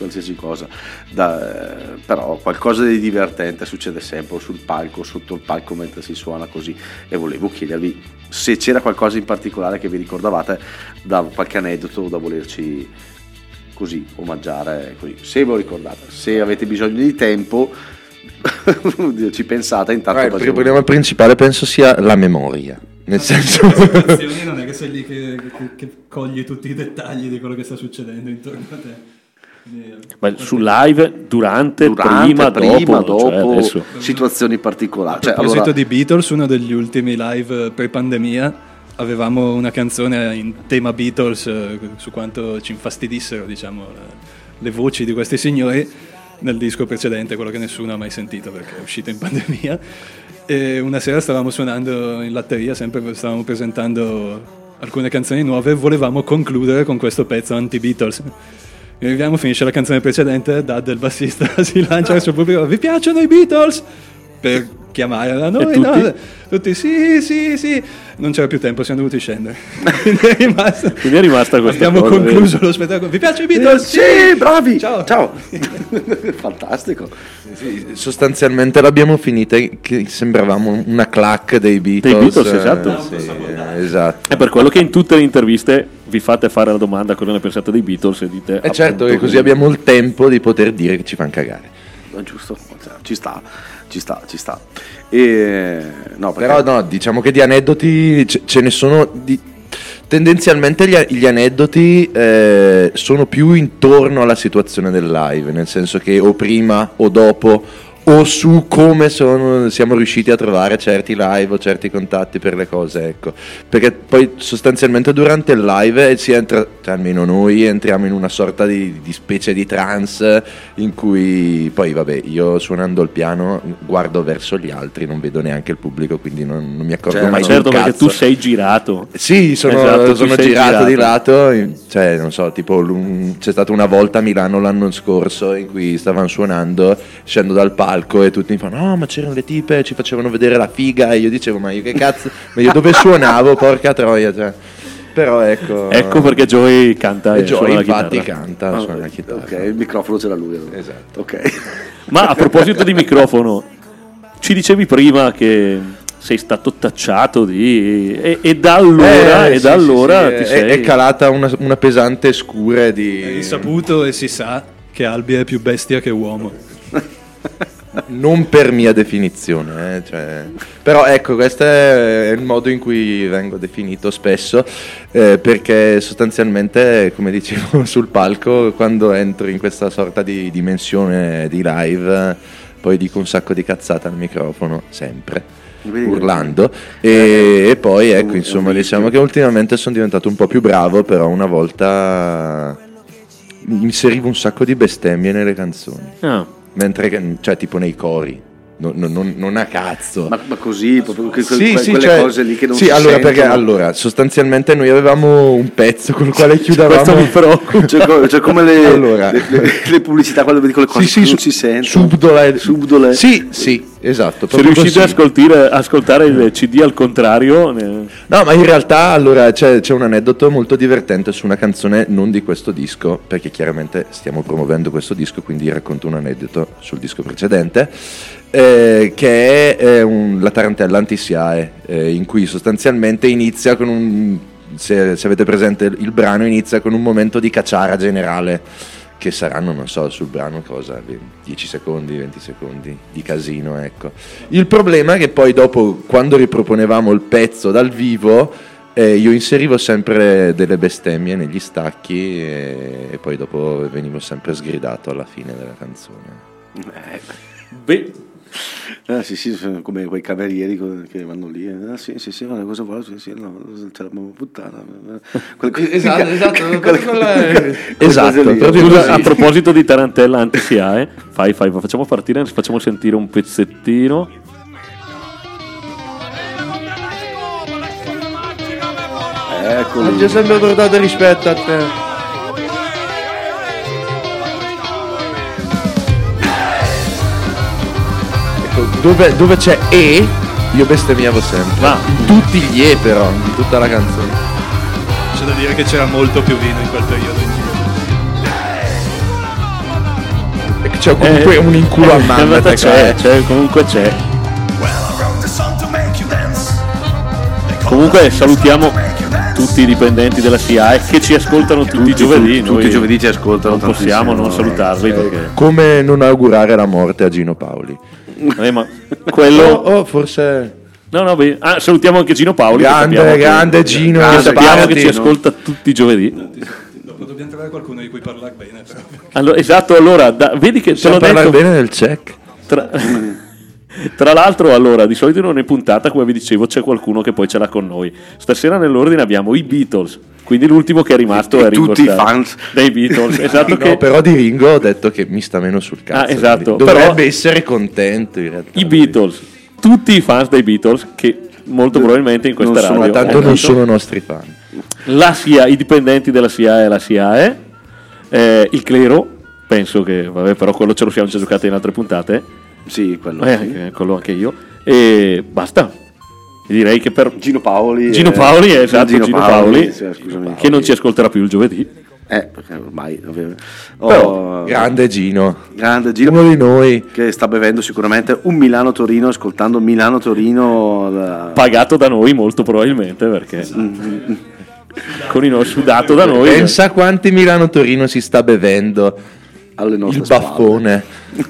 però qualcosa di divertente succede sempre, o sul palco, sotto il palco mentre si suona così, e volevo chiedervi se c'era qualcosa in particolare che vi ricordavate, da qualche aneddoto da volerci così omaggiare, così. Se ve lo ricordate, se avete bisogno di tempo ci pensate intanto. Il problema principale penso sia la memoria, nel senso non è che sei lì che cogli tutti i dettagli di quello che sta succedendo intorno a te. Ma sul live, durante prima, dopo cioè adesso. Situazioni particolari. A proposito di Beatles, uno degli ultimi live pre-pandemia avevamo una canzone in tema Beatles, su quanto ci infastidissero, diciamo, le voci di questi signori nel disco precedente, quello che nessuno ha mai sentito perché è uscito in pandemia. E una sera stavamo suonando in latteria, sempre stavamo presentando alcune canzoni nuove e volevamo concludere con questo pezzo anti-Beatles. Arriviamo, finisce la canzone precedente, Dad, il bassista, si lancia al suo pubblico: vi piacciono i Beatles? Per chiamare da noi, tutti? no? Tutti sì. Non c'era più tempo, siamo dovuti scendere. Quindi è rimasta questa abbiamo cosa, concluso lo spettacolo. Vi piacciono i Beatles? Sì, bravi! Ciao. Fantastico. sì, sostanzialmente l'abbiamo finita che sembravamo una clac dei Beatles, esatto. Esatto. È per quello che in tutte le interviste vi fate fare la domanda cosa ne pensate dei Beatles e dite Certo che così abbiamo il tempo di poter dire che ci fanno cagare. Giusto, ci sta. E, no, perché... Però no, diciamo che di aneddoti ce ne sono tendenzialmente gli aneddoti sono più intorno alla situazione del live, nel senso che o prima o dopo o su come siamo riusciti a trovare certi live o certi contatti per le cose, ecco. Perché poi sostanzialmente durante il live si entra, cioè almeno noi entriamo in una sorta di specie di trance in cui poi vabbè, io suonando il piano guardo verso gli altri, non vedo neanche il pubblico, quindi non mi accorgo mai certo del perché cazzo. tu sei girato. Sì, sono girato di lato, cioè non so, tipo c'è stata una volta a Milano l'anno scorso in cui stavano suonando, scendo dal palco e tutti mi fanno no ma c'erano le tipe, ci facevano vedere la figa, e io dicevo ma io che cazzo, ma io dove suonavo, porca troia, cioè. Però ecco perché Joey canta e Joey suona la infatti chitarra. canta, suona la chitarra. Ok, il microfono c'era lui. Esatto. Ok. Ma a proposito di microfono, ci dicevi prima che sei stato tacciato e da allora ti sei... è calata una pesante scure di... È risaputo e si sa che Albi è più bestia che uomo. Non per mia definizione, cioè. Però ecco, questo è il modo in cui vengo definito spesso, perché sostanzialmente, come dicevo sul palco, quando entro in questa sorta di dimensione di live, poi dico un sacco di cazzate al microfono, sempre, urlando, e poi ecco, insomma, diciamo che ultimamente sono diventato un po' più bravo, però una volta inserivo un sacco di bestemmie nelle canzoni. Mentre, cioè, tipo nei cori, non a cazzo. Ma così, proprio sì, quelle cioè, cose lì che non sì, si allora, sentono. perché allora, sostanzialmente noi avevamo un pezzo con il quale chiudevamo. mi preoccupa. Cioè come le pubblicità, quelle con le cose che non si sentono. Subdole. Sì, esatto. Se riuscite ad ascoltare il CD al contrario... No, ma in realtà allora c'è un aneddoto molto divertente su una canzone non di questo disco, perché chiaramente stiamo promuovendo questo disco, quindi racconto un aneddoto sul disco precedente, che è la tarantella anti-SIAE, in cui sostanzialmente inizia con se avete presente il brano, inizia con un momento di cacciara generale, che saranno, non so, sul brano cosa, 10 secondi, 20 secondi di casino, ecco. Il problema è che poi dopo, quando riproponevamo il pezzo dal vivo, io inserivo sempre delle bestemmie negli stacchi e poi dopo venivo sempre sgridato alla fine della canzone. Sì, come quei camerieri che vanno lì. Sì, cosa vuole? Sì, no, ce l'abbiamo buttata. Esatto. Scusa, a proposito di tarantella anti-SIAE, facciamo partire, facciamo sentire un pezzettino. Eccoli. Non ti ho sempre portato rispetto a te. Dove c'è Io bestemmiavo sempre. Ma Tutti gli E però, di tutta la canzone. C'è da dire che c'era molto più vino in quel periodo in giro. E che c'è comunque un inculo a in mamma. realtà comunque c'è. Comunque salutiamo tutti i dipendenti della SIAE che ci ascoltano tutti i giovedì. Tutti i giovedì ci ascoltano. Non possiamo non tantissimo. salutarli perché Come non augurare la morte a Gino Paoli. ma quello Oh, forse... no, beh. Salutiamo anche Gino Paoli, che sappiamo Grande Gino. che sappiamo Sparati. che ci ascolta tutti i giovedì. Dopo dobbiamo trovare qualcuno di cui parlare bene. Però. Allora, esatto, allora vedi che te Possiamo l'ho parlare detto bene del check. Tra l'altro, allora, di solito in ogni puntata, come vi dicevo, c'è qualcuno che poi ce l'ha con noi. Stasera nell'ordine abbiamo i Beatles, quindi l'ultimo che è rimasto E è Ringo tutti i Starr, fans. dei Beatles. Esatto, No, che però di Ringo ho detto che mi sta meno sul cazzo. esatto, Dovrebbe però- essere contento in realtà. i Beatles, tutti i fans dei Beatles, che molto probabilmente in questa non sono- radio Ma tanto non esatto, sono nostri fan. la SIA, i dipendenti della SIAE e la SIAE, il clero, penso che, vabbè, però quello ce lo siamo già giocati in altre puntate, Sì, quello. quello anche io, e basta. Direi che per Gino Paoli. Gino Paoli, esatto, Gino Paoli, sì, scusami. che non ci ascolterà più il giovedì. Perché ormai ovviamente. Però, grande Gino. Grande Gino. Uno di noi. Che sta bevendo sicuramente un Milano-Torino, ascoltando Milano-Torino. Pagato da noi molto probabilmente, perché con il sudato da noi. Pensa quanti Milano-Torino si sta bevendo. Alle nostre Il spalle. baffone.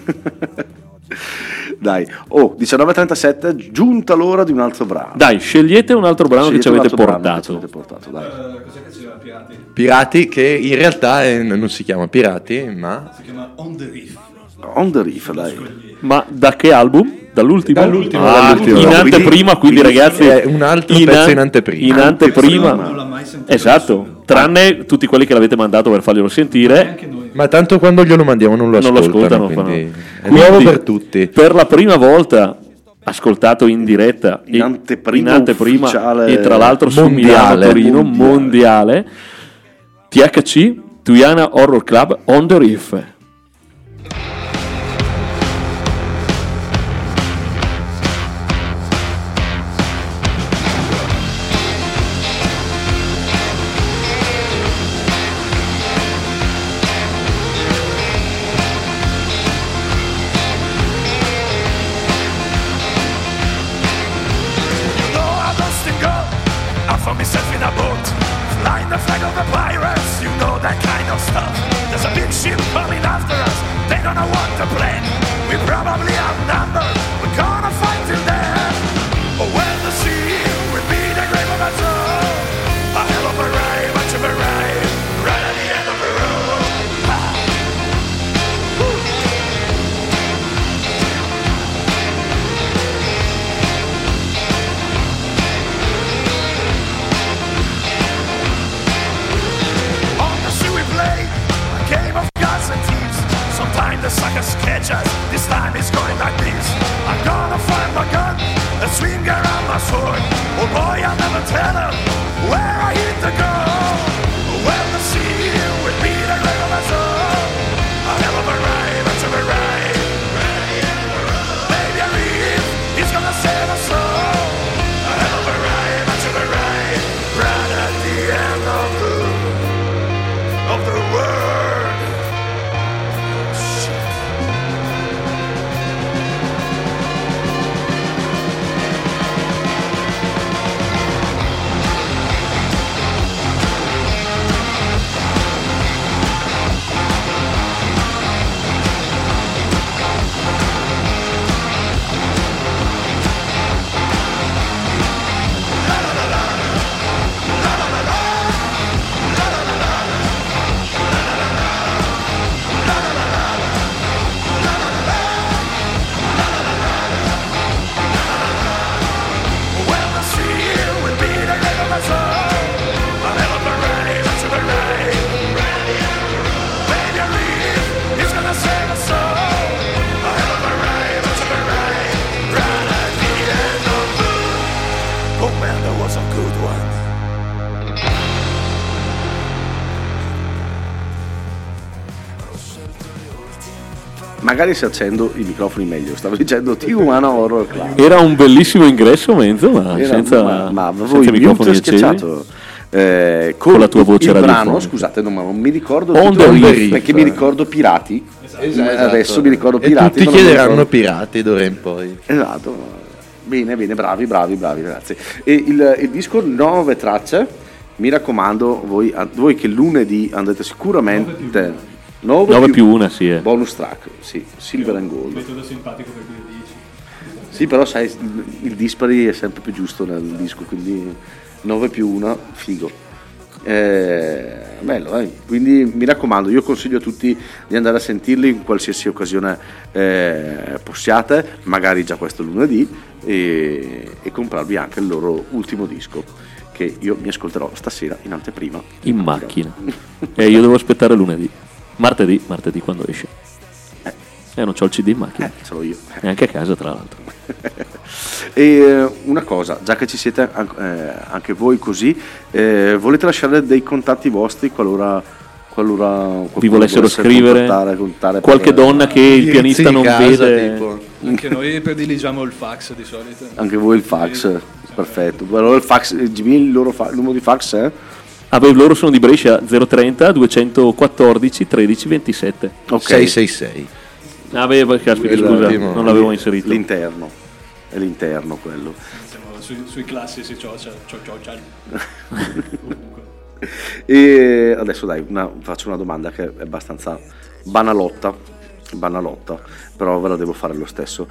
Dai, 19:37, giunta l'ora di un altro brano. Dai, scegliete un altro brano che ci avete portato. Dai. Cos'è che c'era Pirati? Pirati, che in realtà non si chiama Pirati, ma... Si chiama On the Reef. On the Reef, dai. Ma da che album? Dall'ultimo? Dall'ultimo, Ah, dall'ultimo. in anteprima, quindi ragazzi, è un altro pezzo in anteprima. In anteprima, Non l'ha mai sentito. esatto, tranne tutti quelli che l'avete mandato per farglielo sentire. Anche noi. Ma tanto quando glielo mandiamo non lo Non lo ascoltano, ascoltano, quindi è Quindi, nuovo per tutti. Per la prima volta ascoltato in diretta, In anteprima ufficiale, e tra l'altro su mondiale. Milano Torino mondiale. THC, Tuyana Horror Club, On the Reef. You know I lost and go. I found myself in a boat, flying the flag of the pirates. You know that kind of stuff. There's a big ship coming after us. They don't know what to plan. We probably outnumbered. We're gonna fight till death. Oh, when the sea will be the grave of us all. A hell of a ride, much of a ride, right at the end of the road. Ah. Woo. On the sea we play a game of gods and thieves. Sometimes the suckers catch us. This time it's going like this. I'm gonna find my gun and swing around my sword. Oh boy, I'll never tell them where I hit the goal. Well, the sea will be the grave of us all. A hell of a ride, much of a ride. Maybe a reef is gonna save us all. A hell of a ride, much of a ride. Right at the end of the world. Shit. magari se accendo i microfoni meglio. Stavo dicendo Tijuana Horror Club. Era un bellissimo ingresso, Menzo, ma senza voi microfoni schiacciato. Con la tua voce il brano, radiofonica. scusate, non mi ricordo On the Reef. perché mi ricordo Pirati. Esatto. Adesso mi ricordo E Pirati. tutti ma non mi chiederanno ricordo- pirati d'ora in poi. Esatto. Bene, bravi, ragazzi. E il disco 9 tracce, mi raccomando, voi che lunedì andate sicuramente 9 più una, sì. bonus track, sì, Silver and Gold. Metodo simpatico per cui lo dici. Sì, però sai, il dispari è sempre più giusto nel disco, quindi 9 più 1, figo. Bello, quindi mi raccomando, io consiglio a tutti di andare a sentirli in qualsiasi occasione possiate, magari già questo lunedì, e comprarvi anche il loro ultimo disco, che io mi ascolterò stasera in anteprima. In macchina. E io devo aspettare lunedì. Martedì quando esce. Non c'ho il CD in macchina. Ce l'ho io. Neanche a casa, tra l'altro. E una cosa, già che ci siete anche voi così, volete lasciare dei contatti vostri qualora Vi volessero scrivere contare qualche per- donna che il pianista in non casa, vede. tipo. Anche noi prediligiamo il fax di solito. Anche voi il fax, perfetto. Allora il fax, Jimmy, il numero di fax è? Loro sono di Brescia, 030 214 13 27. Ok. 666. Caspita, scusa, non l'avevo inserito. L'interno, è l'interno quello. Siamo sui classici social. E adesso dai, faccio una domanda che è abbastanza banalotta, però ve la devo fare lo stesso.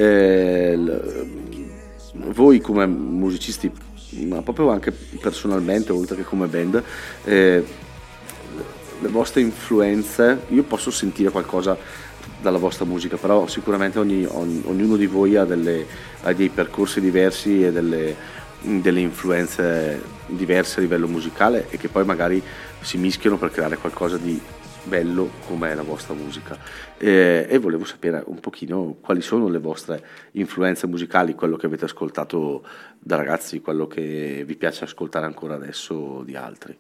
Voi come musicisti, ma proprio anche personalmente, oltre che come band, le vostre influenze, io posso sentire qualcosa dalla vostra musica, però sicuramente ognuno di voi ha dei percorsi diversi e delle influenze diverse a livello musicale, e che poi magari si mischiano per creare qualcosa di bello come è la vostra musica, e volevo sapere un pochino quali sono le vostre influenze musicali, quello che avete ascoltato da ragazzi, quello che vi piace ascoltare ancora adesso di altri.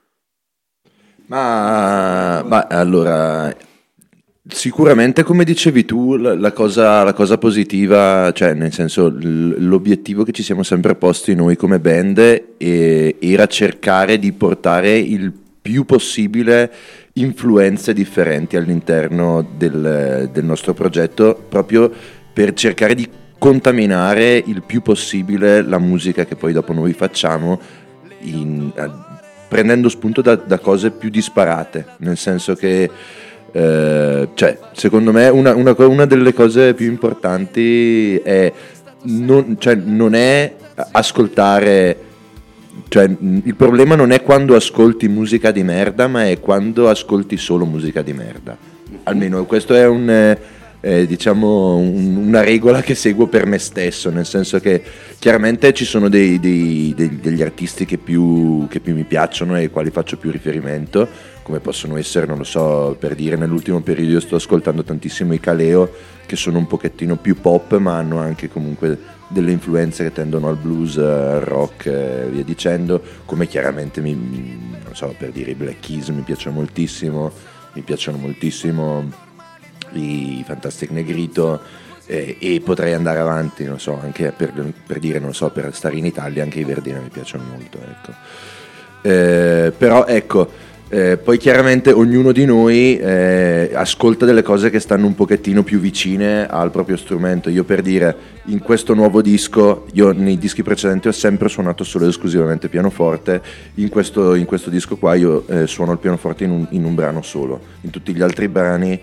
Ma allora, sicuramente come dicevi tu, la cosa positiva, cioè nel senso l'obiettivo che ci siamo sempre posti noi come band era cercare di portare il più possibile influenze differenti all'interno del nostro progetto, proprio per cercare di contaminare il più possibile la musica che poi dopo noi facciamo, prendendo spunto da cose più disparate, nel senso che cioè, secondo me una delle cose più importanti è non è ascoltare, cioè il problema non è quando ascolti musica di merda, ma è quando ascolti solo musica di merda. Almeno questo è diciamo una regola che seguo per me stesso, nel senso che chiaramente ci sono degli artisti che più mi piacciono e ai quali faccio più riferimento, come possono essere, non lo so, per dire, nell'ultimo periodo io sto ascoltando tantissimo i Kaleo, che sono un pochettino più pop ma hanno anche comunque delle influenze che tendono al blues, al rock e via dicendo, come chiaramente non so, per dire, i Black Keys mi piacciono moltissimo i Fantastic Negrito, e potrei andare avanti, non so, anche per dire, non so, per stare in Italia anche i Verdina mi piacciono molto, ecco. Però ecco, poi chiaramente ognuno di noi ascolta delle cose che stanno un pochettino più vicine al proprio strumento. Io, per dire, in questo nuovo disco, io nei dischi precedenti ho sempre suonato solo ed esclusivamente pianoforte, in questo disco qua io suono il pianoforte in un brano solo. In tutti gli altri brani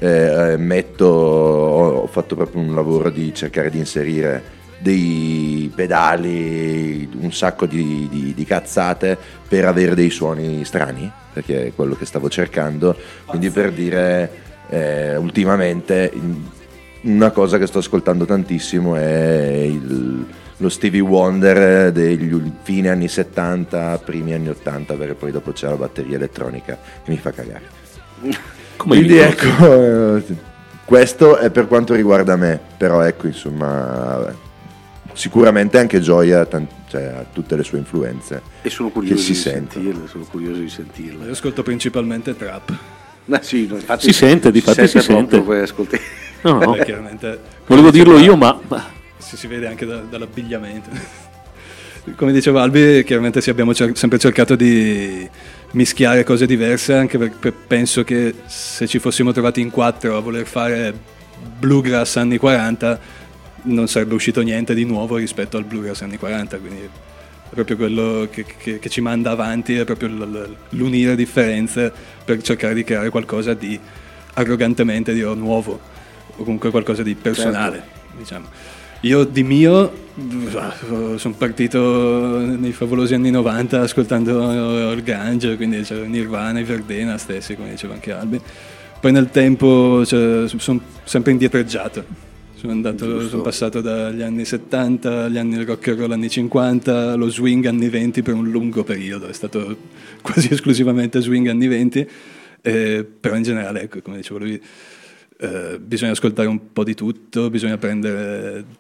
ho fatto proprio un lavoro di cercare di inserire dei pedali, un sacco di cazzate per avere dei suoni strani, perché è quello che stavo cercando. Quindi, per dire, ultimamente una cosa che sto ascoltando tantissimo è lo Stevie Wonder degli fine anni 70, primi anni 80, perché poi dopo c'è la batteria elettronica che mi fa cagare. Quindi ecco, questo è per quanto riguarda me, però ecco, insomma, sicuramente anche Gioia ha tutte le sue influenze e sono curioso che si di sentono. sentirle. Io ascolto principalmente trap. Sì, infatti, Si sente, difatti si proprio sente. poi ascolti. No. Chiaramente, Volevo dirlo io, ma si vede anche dall'abbigliamento. Come diceva Albi, chiaramente sì, abbiamo sempre cercato di mischiare cose diverse, anche perché penso che se ci fossimo trovati in 4 a voler fare bluegrass anni 40 non sarebbe uscito niente di nuovo rispetto al bluegrass anni 40, quindi è proprio quello che ci manda avanti, è proprio l'unire differenze per cercare di creare qualcosa di arrogantemente nuovo, o comunque qualcosa di personale, diciamo. Io di mio sono partito nei favolosi anni 90 ascoltando il grunge, quindi c'era Nirvana, i Verdena stessi, come diceva anche Albi. Poi nel tempo sono sempre indietreggiato. Sono passato dagli anni 70 agli anni rock and roll anni 50, allo swing anni 20 per un lungo periodo, è stato quasi esclusivamente swing anni 20, però in generale, ecco, come dicevo lui, bisogna ascoltare un po' di tutto, bisogna prendere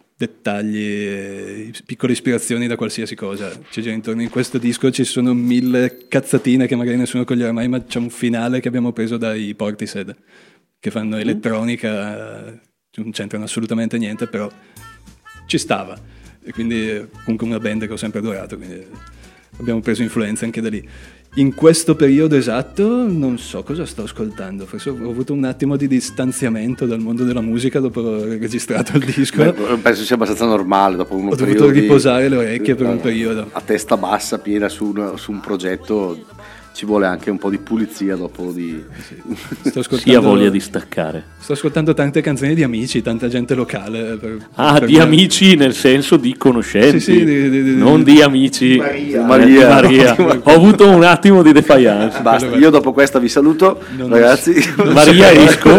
dettagli, piccole ispirazioni da qualsiasi cosa. C'è già intorno in questo disco ci sono 1000 cazzatine che magari nessuno coglierà mai, ma c'è un finale che abbiamo preso dai Portishead, che fanno elettronica, non c'entrano assolutamente niente, però ci stava, e quindi comunque una band che ho sempre adorato, quindi abbiamo preso influenze anche da lì. In questo periodo esatto non so cosa sto ascoltando, forse ho avuto un attimo di distanziamento dal mondo della musica dopo aver registrato il disco. Penso sia abbastanza normale dopo un periodo. Ho dovuto riposare le orecchie per un periodo. A testa bassa, piena su un progetto, ci vuole anche un po' di pulizia dopo di... Sì, ha voglia di staccare. Sto ascoltando tante canzoni di amici, tanta gente locale. Di amici nel senso di conoscenti, sì, non di amici Maria. Ho avuto un attimo di defiance. Basta, io dopo questa vi saluto, ragazzi. Maria esco.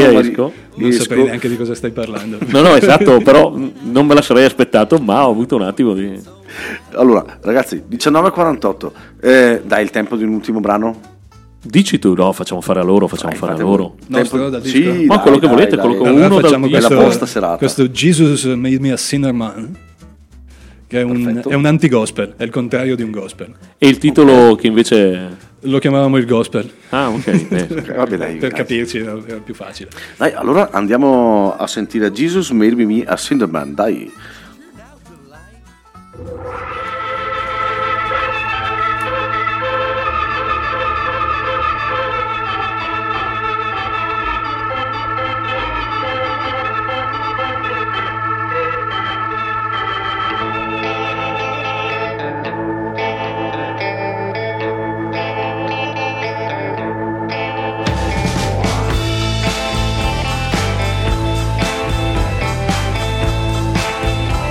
Non saprei neanche di cosa stai parlando. No, esatto, però non me la sarei aspettato, ma ho avuto un attimo di... Allora, ragazzi, 19:48, dai il tempo di un ultimo brano? Dici tu, no, facciamo fare a loro. Nostro da disco? Sì, ma quello che volete, quello che uno facciamo dal... la vostra serata. Questo Jesus Made Me a Sinner Man, che è un anti-gospel, è il contrario di un gospel. E il titolo che invece... Lo chiamavamo il gospel. Ah, ok. Vabbè, dai, per capirci era più facile. Dai, allora andiamo a sentire Jesus Made Me a Sinner Man, dai. I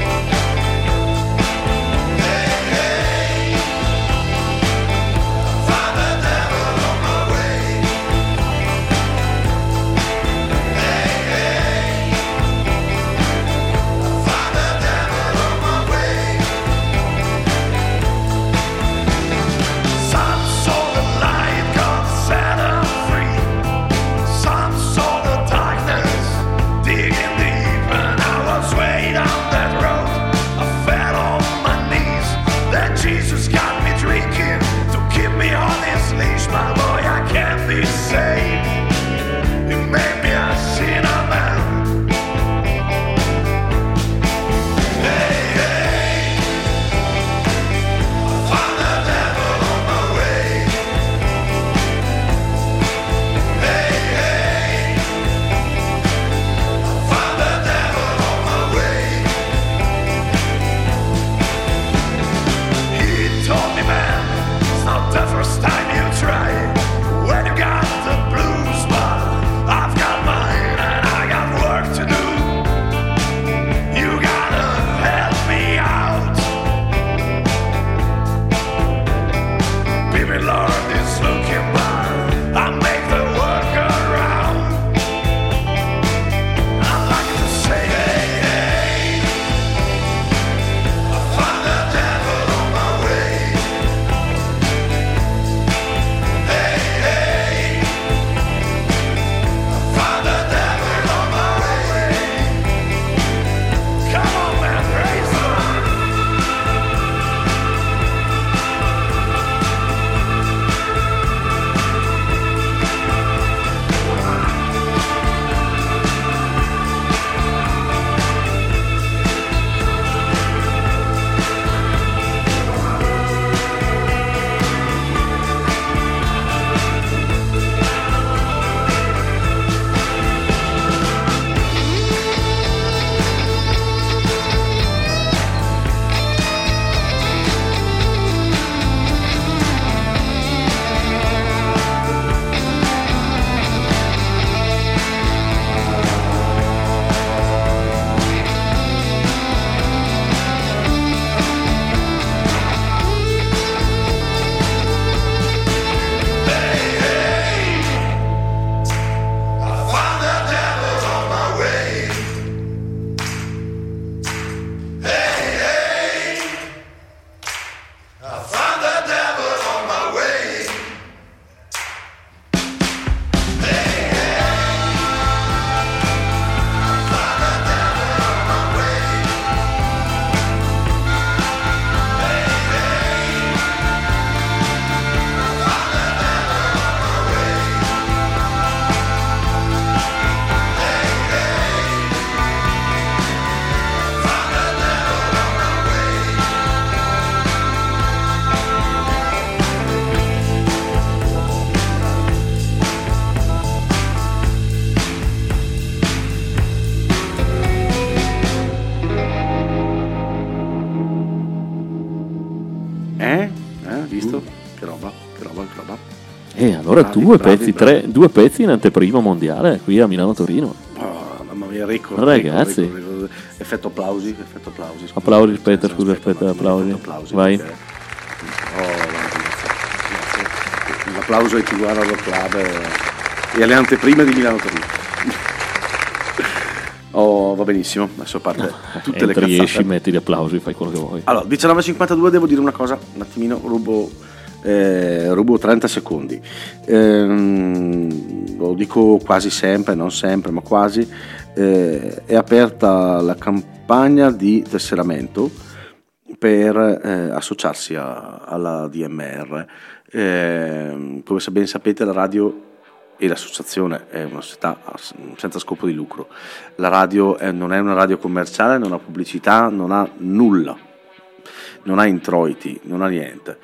Allora due pezzi in anteprima mondiale qui a Milano-Torino. Oh, mamma mia, Rico. Ragazzi. Rico. Effetto applausi. Applausi, aspetta, applausi. Vai. Perché... grazie. Un applauso ai Tiguara Rock Club e alle anteprime di Milano-Torino. Va benissimo, adesso parte tutte le cazzate. Riesci, metti gli applausi, fai quello che vuoi. Allora, 19:52, devo dire una cosa, un attimino, rubo 30 secondi. Lo dico quasi sempre, non sempre, ma quasi. È aperta la campagna di tesseramento per associarsi alla DMR. Come ben sapete, la radio e l'associazione è una società senza scopo di lucro. La radio non è una radio commerciale, non ha pubblicità, non ha nulla, non ha introiti, non ha niente.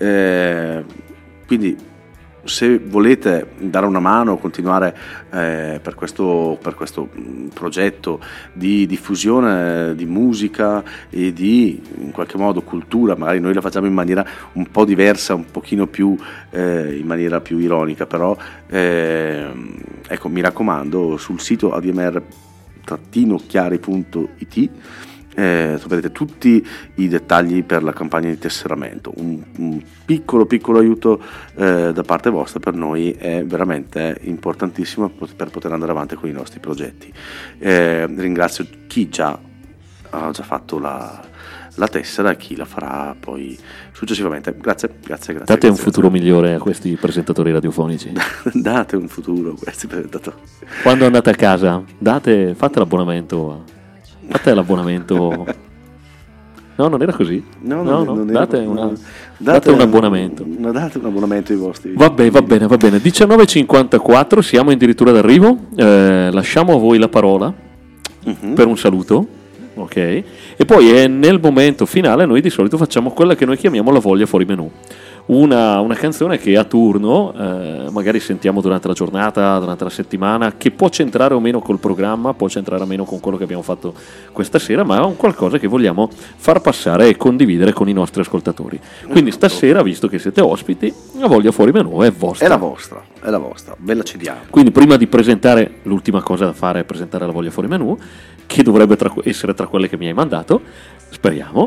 Quindi se volete dare una mano, continuare per questo progetto di diffusione di musica e di in qualche modo cultura, magari noi la facciamo in maniera un po' diversa, un pochino più in maniera più ironica, però ecco, mi raccomando, sul sito admr-chiari.it troverete tutti i dettagli per la campagna di tesseramento. Un piccolo aiuto da parte vostra per noi è veramente importantissimo per poter andare avanti con i nostri progetti. Ringrazio chi ha già fatto la tessera e chi la farà poi successivamente. Grazie. Date un futuro migliore a questi presentatori radiofonici. Date un futuro a questi presentatori. Quando andate a casa, fate l'abbonamento. Fate l'abbonamento. No, non era così. No, non date un abbonamento. Date un abbonamento ai vostri. Va bene. 19:54, siamo addirittura d'arrivo. Lasciamo a voi la parola per un saluto. Ok. E poi nel momento finale noi di solito facciamo quella che noi chiamiamo la voglia fuori menù. Una canzone che a turno magari sentiamo durante la giornata, durante la settimana, che può centrare o meno col programma, può centrare o meno con quello che abbiamo fatto questa sera, ma è un qualcosa che vogliamo far passare e condividere con i nostri ascoltatori. Quindi stasera, visto che siete ospiti, la voglia fuori menù è vostra. È la vostra, ve la cediamo. Quindi prima di presentare, l'ultima cosa da fare è presentare la voglia fuori menù, che dovrebbe essere tra quelle che mi hai mandato, speriamo.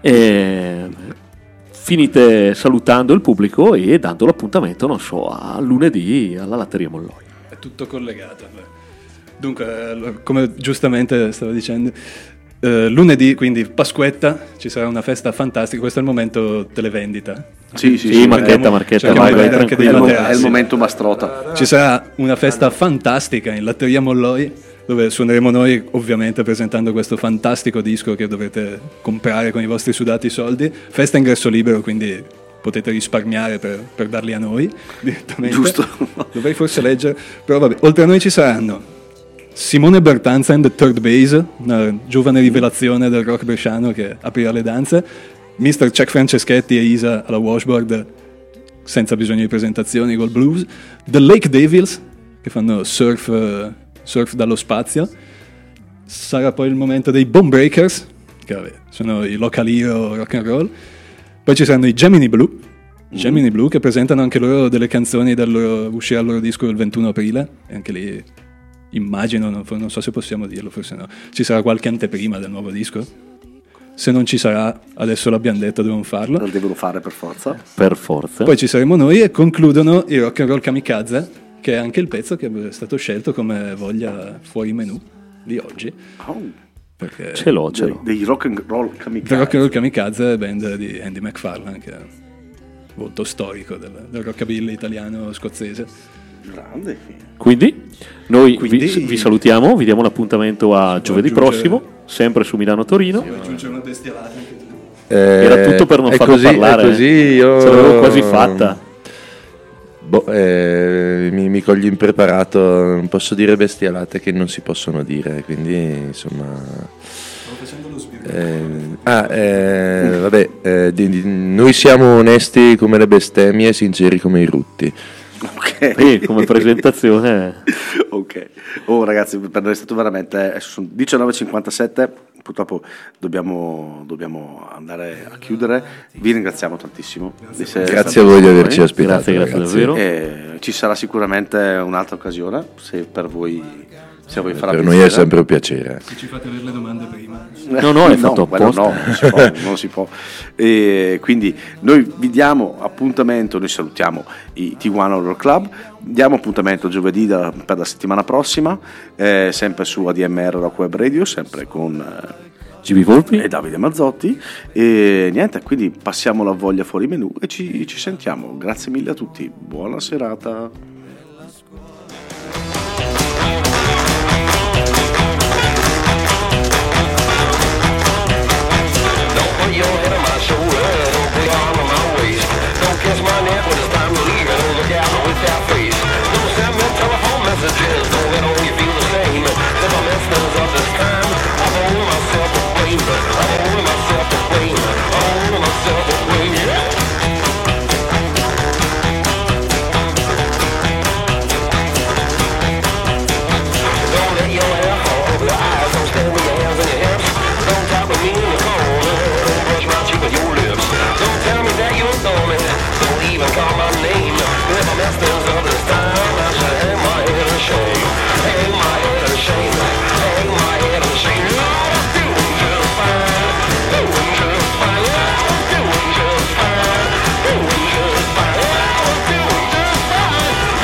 Finite salutando il pubblico e dando l'appuntamento, non so, a lunedì alla Latteria Molloy. È tutto collegato. Dunque, come giustamente stavo dicendo, lunedì, quindi Pasquetta, ci sarà una festa fantastica. Questo è il momento televendita. Sì, marchetta, vai, è il momento Mastrota. Ci sarà una festa fantastica in Latteria Molloy, dove suoneremo noi, ovviamente presentando questo fantastico disco che dovete comprare con i vostri sudati soldi. Festa ingresso libero, quindi potete risparmiare per darli a noi direttamente. Giusto. Dovrei forse leggere, però vabbè. Oltre a noi ci saranno Simone Bertanza and the Third Base, una giovane rivelazione del rock bresciano che aprirà le danze, Mr. Chuck Franceschetti e Isa alla washboard senza bisogno di presentazioni col blues, The Lake Devils che fanno surf dallo spazio. Sarà poi il momento dei Bone Breakers, che vabbè, sono i local hero rock and roll. Poi ci saranno i Gemini Blue che presentano anche loro delle canzoni uscirà il loro disco il 21 aprile, e anche lì immagino, non so se possiamo dirlo, forse no, ci sarà qualche anteprima del nuovo disco. Se non ci sarà, adesso l'abbiamo detto, devono farlo. Lo devono fare per forza. Poi ci saremo noi e concludono i Rock and Roll Kamikaze, che è anche il pezzo che è stato scelto come voglia fuori menù di oggi. Perché ce l'ho. Dei Rock and Roll Kamikaze. The Rock and Roll Kamikaze, band di Andy McFarlane, che è molto storico del rockabilly italiano-scozzese. Grande. Quindi noi vi salutiamo, vi diamo l'appuntamento a giovedì prossimo, sempre su Milano-Torino. Devo aggiungere una bestialata anche tu. Era tutto per non farlo parlare. È così, io ce l'avevo quasi fatta. Mi cogli impreparato, non posso dire bestialate che non si possono dire, quindi insomma. Noi siamo onesti come le bestemmie e sinceri come i rutti. Ok, come presentazione. Ok. Ragazzi, per noi è stato veramente. Sono 19:57. Purtroppo dobbiamo andare a chiudere. Vi ringraziamo tantissimo. Grazie a voi di averci ospitato. Grazie davvero. ci sarà sicuramente un'altra occasione, se per voi farà per piacere. noi è sempre un piacere. Se ci fate avere le domande prima. No, è fatto quello apposta. non si può. E quindi noi vi diamo appuntamento, noi salutiamo i Tijuana Horror Club, diamo appuntamento giovedì per la settimana prossima, sempre su ADMR Rock Web Radio, sempre con GB Volpi e Davide Mazzotti, e niente, quindi passiamo la voglia fuori menù e ci sentiamo. Grazie mille a tutti, buona serata.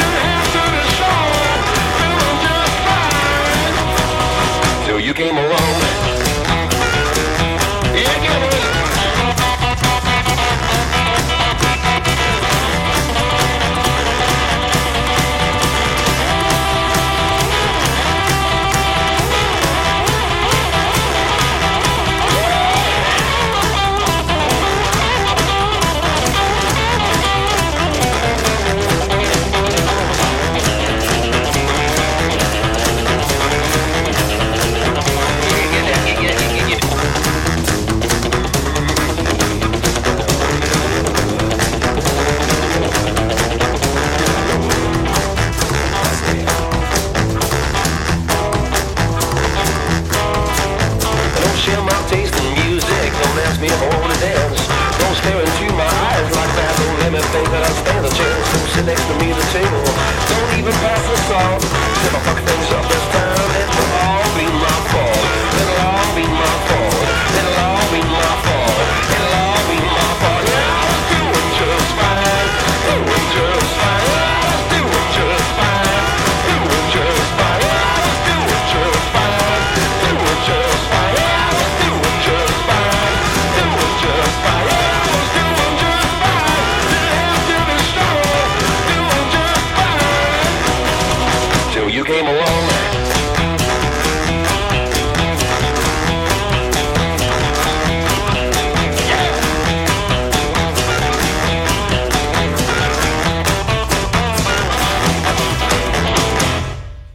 You came along.